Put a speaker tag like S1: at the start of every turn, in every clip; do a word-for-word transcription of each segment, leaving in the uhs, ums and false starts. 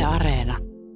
S1: Areena.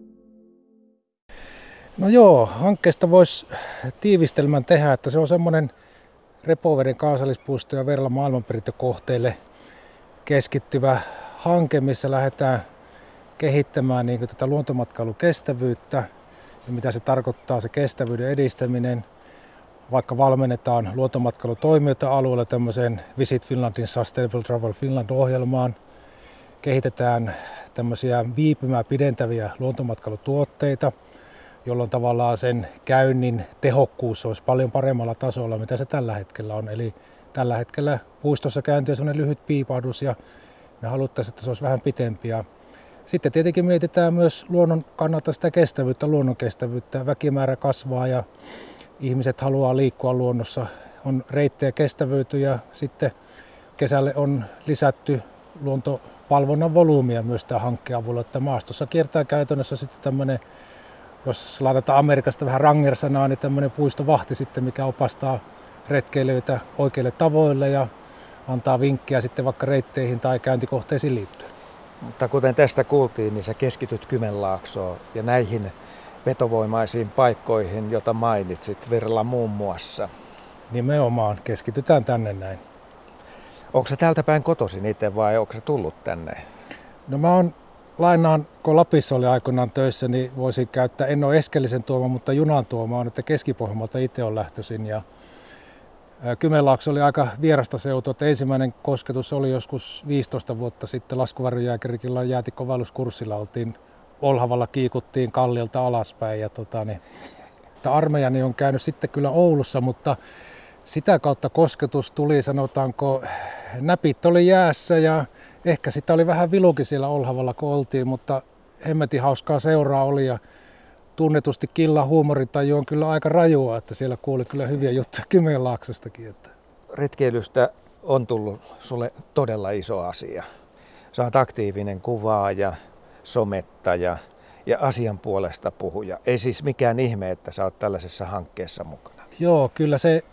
S2: No joo, hankkeesta voisi tiivistelmän tehdä, että se on semmoinen Repoveden kansallispuisto ja Verlan maailmanperintökohteille keskittyvä hanke, missä lähdetään kehittämään niin kuin tätä luontomatkailun kestävyyttä ja mitä se tarkoittaa se kestävyyden edistäminen. Vaikka valmennetaan luontomatkailutoimijoita alueella tämmöiseen Visit Finlandin Sustainable Travel Finland-ohjelmaan. Kehitetään tämmöisiä viipymää pidentäviä luontomatkailutuotteita, jolloin tavallaan sen käynnin tehokkuus olisi paljon paremmalla tasolla, mitä se tällä hetkellä on. Eli tällä hetkellä puistossa käynti on sellainen lyhyt piipahdus ja me haluttaisiin, että se olisi vähän pitempi. Sitten tietenkin mietitään myös luonnon kannalta sitä kestävyyttä, luonnon kestävyyttä. Väkimäärä kasvaa ja ihmiset haluaa liikkua luonnossa. On reittejä kestävyyty ja sitten kesälle on lisätty luontopalvonnan volyymia myös tämän hankkeen avulla. Että maastossa kiertää käytännössä sitten tämmöinen, jos laitetaan Amerikasta vähän ranger-sanaa, niin tämmöinen puistovahti sitten, mikä opastaa retkeilijöitä oikeille tavoille ja antaa vinkkejä sitten vaikka reitteihin tai käyntikohteisiin liittyen.
S3: Mutta kuten tästä kuultiin, niin sä keskityt Kymenlaaksoon ja näihin vetovoimaisiin paikkoihin, joita mainitsit, Verla muun muassa.
S2: Nimenomaan, keskitytään tänne näin.
S3: Onko se täältä päin kotoisin itse vai onko se tullut tänne?
S2: No mä oon lainaan, kun Lapissa oli aikoinaan töissä, niin voisin käyttää, en ole Eskelisen tuoma, mutta junan tuoma on, että Keski-Pohjanmaalta itse on lähtöisin. Ja Kymenlaakso oli aika vierasta seutua, että ensimmäinen kosketus oli joskus viisitoista vuotta sitten laskuvarjojääkärikillä jäätikkovaelluskurssilla oltiin Olhavalla, kiikuttiin kalliolta alaspäin ja tota, niin, armeijani on käynyt sitten kyllä Oulussa, mutta sitä kautta kosketus tuli, sanotaanko, näpit oli jäässä ja ehkä sitä oli vähän vilukin siellä Olhavalla kun oltiin, mutta hemmetin hauskaa seuraa oli ja tunnetusti Killan huumorintaju on kyllä aika rajua, että siellä kuuli kyllä hyviä juttuja Kymenlaaksostakin. Että.
S3: Retkeilystä on tullut sulle todella iso asia. Sä oot aktiivinen kuvaaja, somettaja ja asian puolesta puhuja. Ei siis mikään ihme, että sä oot tällaisessa hankkeessa mukana.
S2: Joo, kyllä se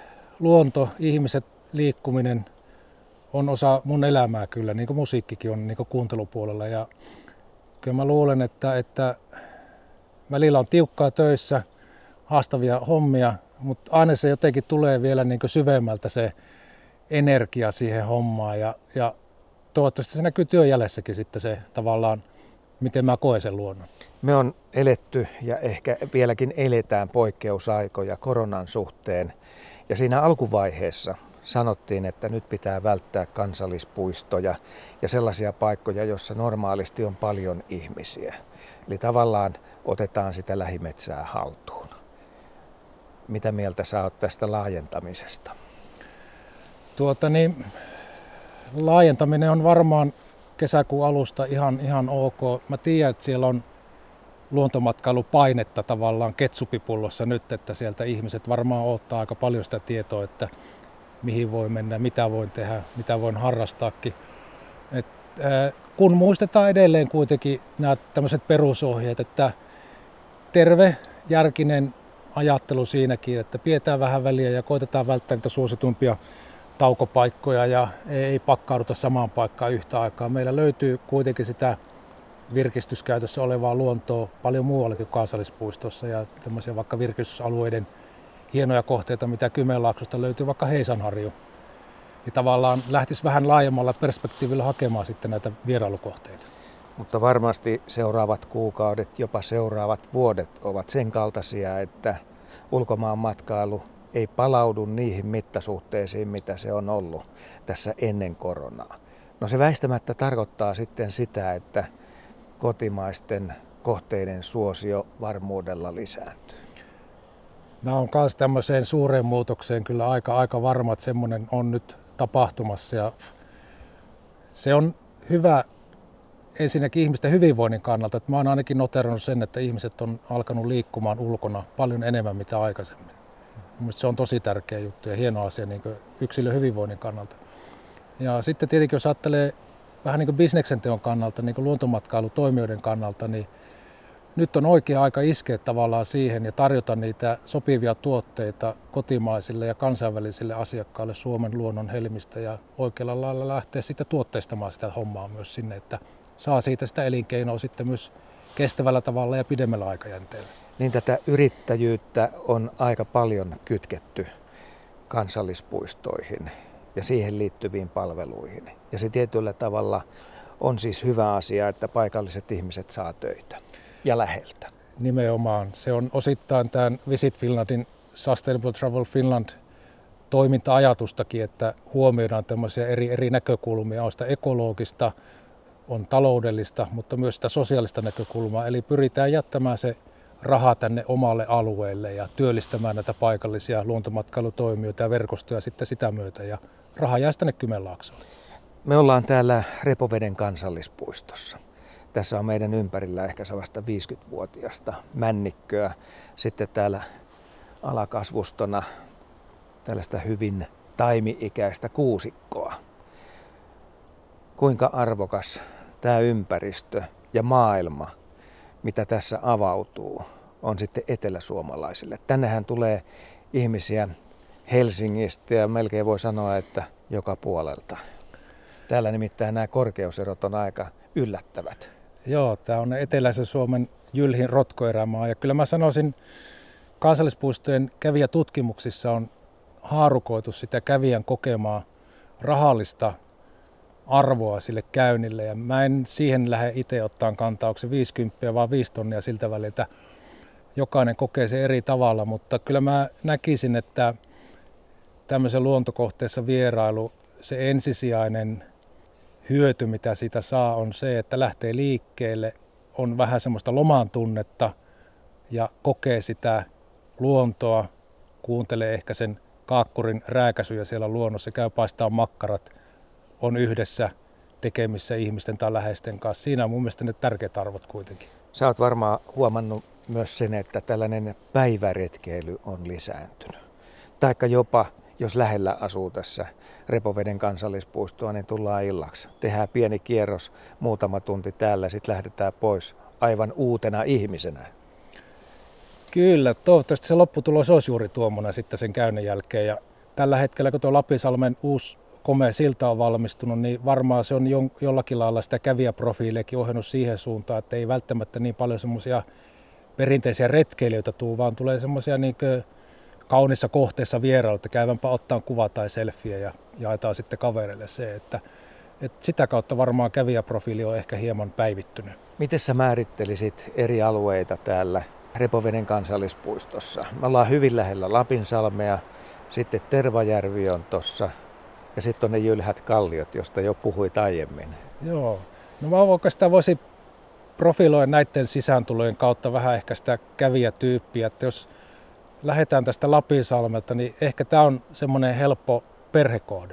S2: luonto, ihmiset, liikkuminen on osa mun elämää kyllä, niin kuin musiikkikin on niin kuin kuuntelupuolella. Ja kyllä mä luulen, että, että välillä on tiukkaa töissä, haastavia hommia, mutta aina se jotenkin tulee vielä niin kuin syvemmältä se energia siihen hommaan. Ja, ja toivottavasti se näkyy työjäljessäkin sitten se tavallaan, miten mä koen sen luonnon.
S3: Me on eletty ja ehkä vieläkin eletään poikkeusaikoja koronan suhteen. Ja siinä alkuvaiheessa sanottiin, että nyt pitää välttää kansallispuistoja ja sellaisia paikkoja, joissa normaalisti on paljon ihmisiä. Eli tavallaan otetaan sitä lähimetsää haltuun. Mitä mieltä sä oot tästä laajentamisesta?
S2: Tuota niin, laajentaminen on varmaan kesäkuun alusta ihan, ihan ok. Mä tiedän, että siellä on luontomatkailupainetta tavallaan ketsupipullossa nyt, että sieltä ihmiset varmaan odottaa aika paljon sitä tietoa, että mihin voi mennä, mitä voin tehdä, mitä voin harrastaakin. Et, äh, kun muistetaan edelleen kuitenkin nämä tämmöiset perusohjeet, että terve, järkinen ajattelu siinäkin, että pidetään vähän väliä ja koitetaan välttää niitä suositumpia taukopaikkoja ja ei pakkauduta samaan paikkaan yhtä aikaa. Meillä löytyy kuitenkin sitä virkistyskäytössä olevaa luontoa paljon muuallakin kansallispuistossa ja tämmöisiä vaikka virkistysalueiden hienoja kohteita, mitä Kymenlaaksosta löytyy, vaikka Heisanharju. Ja tavallaan lähtisi vähän laajemmalla perspektiivillä hakemaan sitten näitä vierailukohteita.
S3: Mutta varmasti seuraavat kuukaudet, jopa seuraavat vuodet ovat sen kaltaisia, että ulkomaan matkailu ei palaudu niihin mittasuhteisiin, mitä se on ollut tässä ennen koronaa. No se väistämättä tarkoittaa sitten sitä, että kotimaisten kohteiden suosio varmuudella lisääntyy.
S2: Mä oon myös tämmöiseen suureen muutokseen kyllä aika, aika varma, että semmoinen on nyt tapahtumassa. Ja se on hyvä ensinnäkin ihmisten hyvinvoinnin kannalta. Että mä oon ainakin noterannut sen, että ihmiset on alkanut liikkumaan ulkona paljon enemmän mitä aikaisemmin. Mielestäni se on tosi tärkeä juttu ja hieno asia niin kuin yksilön hyvinvoinnin kannalta. Ja sitten tietenkin jos ajattelee vähän niin kuin bisneksen teon kannalta, niin kuin luontomatkailutoimijoiden kannalta, niin nyt on oikea aika iskeä tavallaan siihen ja tarjota niitä sopivia tuotteita kotimaisille ja kansainvälisille asiakkaille Suomen luonnon helmistä ja oikealla lailla lähteä sitten tuotteistamaan sitä hommaa myös sinne, että saa siitä sitä elinkeinoa sitten myös kestävällä tavalla ja pidemmällä aikajänteellä.
S3: Niin tätä yrittäjyyttä on aika paljon kytketty kansallispuistoihin ja siihen liittyviin palveluihin. Ja se tietyllä tavalla on siis hyvä asia, että paikalliset ihmiset saa töitä ja läheltä.
S2: Nimenomaan. Se on osittain tämän Visit Finlandin Sustainable Travel Finland toiminta-ajatustakin, että huomioidaan tämmöisiä eri, eri näkökulmia. On sitä ekologista, on taloudellista, mutta myös sitä sosiaalista näkökulmaa. Eli pyritään jättämään se raha tänne omalle alueelle ja työllistämään näitä paikallisia luontomatkailutoimijoita ja verkostoja sitten sitä myötä. Ja raha jää tänne Kymenlaaksoon.
S3: Me ollaan täällä Repoveden kansallispuistossa. Tässä on meidän ympärillä ehkä sellaista viisikymmentävuotiasta männikköä. Sitten täällä alakasvustona tällaista hyvin taimi-ikäistä kuusikkoa. Kuinka arvokas tämä ympäristö ja maailma, mitä tässä avautuu, on sitten eteläsuomalaisille. Tännehän tulee ihmisiä Helsingistä ja melkein voi sanoa, että joka puolelta. Täällä nimittäin nämä korkeuserot on aika yllättävät.
S2: Joo, tämä on eteläisen Suomen jylhin rotkoerämaa ja kyllä mä sanoisin, kansallispuistojen kävijätutkimuksissa on haarukoitu sitä kävijän kokemaa rahallista arvoa sille käynnille ja mä en siihen lähde itse ottaan kantaa, onko se viisikymmentä vaan viisi tonnia siltä väliltä. Jokainen kokee se eri tavalla, mutta kyllä mä näkisin, että tämmöisen luontokohteessa vierailu, se ensisijainen hyöty, mitä siitä saa, on se, että lähtee liikkeelle, on vähän semmoista loman tunnetta ja kokee sitä luontoa, kuuntelee ehkä sen kaakkurin rääkäsyjä siellä luonnossa, käy paistaa makkarat, on yhdessä tekemissä ihmisten tai läheisten kanssa. Siinä on mun mielestä ne tärkeät arvot kuitenkin.
S3: Sä oot varmaan huomannut myös sen, että tällainen päiväretkeily on lisääntynyt. Taikka jopa, jos lähellä asuu tässä Repoveden kansallispuistoa, niin tullaan illaksi. Tehdään pieni kierros, muutama tunti täällä, sitten lähdetään pois aivan uutena ihmisenä.
S2: Kyllä, toivottavasti se lopputulos olisi juuri tuommoinen sitten sen käynnin jälkeen. Ja tällä hetkellä, kun tuo Lapisalmen uusi komea silta on valmistunut, niin varmaan se on jollakin lailla sitä kävijäprofiiliakin ohjannut siihen suuntaan, että ei välttämättä niin paljon semmoisia perinteisiä retkeilijöitä tule, vaan tulee semmoisia niin kaunissa kohteessa vierailta, käyvänpä ottaa kuva tai selfie ja jaetaan sitten kavereille se, että, että sitä kautta varmaan kävijäprofiili on ehkä hieman päivittynyt.
S3: Miten sä määrittelisit eri alueita täällä Repoveden kansallispuistossa? Me ollaan hyvin lähellä Lapinsalmea, sitten Tervajärvi on tuossa ja sitten on ne jylhät kalliot, josta jo puhuit aiemmin.
S2: Joo, no mä oikeastaan voisin profiloida näiden sisääntulojen kautta vähän ehkä sitä kävijätyyppiä, että jos lähdetään tästä Lapinsalmelta, niin ehkä tämä on semmoinen helppo perhekohde.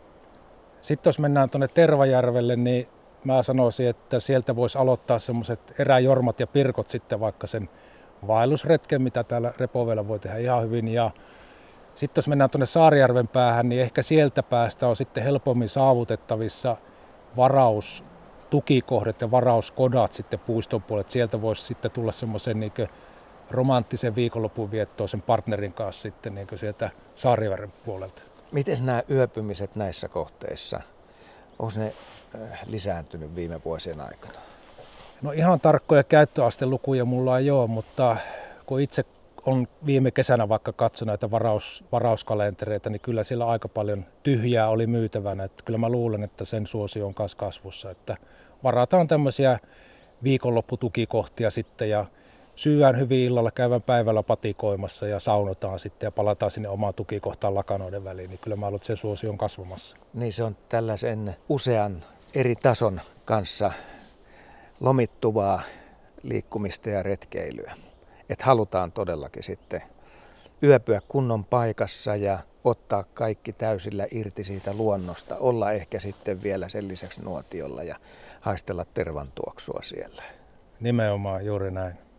S2: Sitten jos mennään tuonne Tervajärvelle, niin mä sanoisin, että sieltä voisi aloittaa semmoiset eräjormat ja pirkot sitten vaikka sen vaellusretken, mitä täällä Repovella voi tehdä ihan hyvin. Ja sitten jos mennään tuonne Saarijärven päähän, niin ehkä sieltä päästä on sitten helpommin saavutettavissa varaustukikohdat ja varauskodat sitten puiston puolelle. Sieltä voisi sitten tulla semmoisen niin romanttisen viikonlopun viettoon sen partnerin kanssa sitten niin sieltä Saarijärven puolelta.
S3: Miten nämä yöpymiset näissä kohteissa, onko ne lisääntynyt viime vuosien aikana?
S2: No ihan tarkkoja käyttöastelukuja mulla ei ole, mutta kun itse on viime kesänä vaikka katsonut näitä varaus, varauskalentereita, niin kyllä siellä aika paljon tyhjää oli myytävänä. Että kyllä mä luulen, että sen suosio on myös kasvussa. Että varataan tämmöisiä viikonlopputukikohtia sitten ja syödään hyvin illalla, käydään päivällä patikoimassa ja saunotaan sitten ja palataan sinne omaan tukikohtaan lakanoiden väliin. Niin kyllä mä luulen, että sen suosio on kasvamassa.
S3: Niin se on tällaisen usean eri tason kanssa lomittuvaa liikkumista ja retkeilyä. Että halutaan todellakin sitten yöpyä kunnon paikassa ja ottaa kaikki täysillä irti siitä luonnosta, olla ehkä sitten vielä sen lisäksi nuotiolla ja haistella tervantuoksua siellä.
S2: Nimenomaan juuri näin.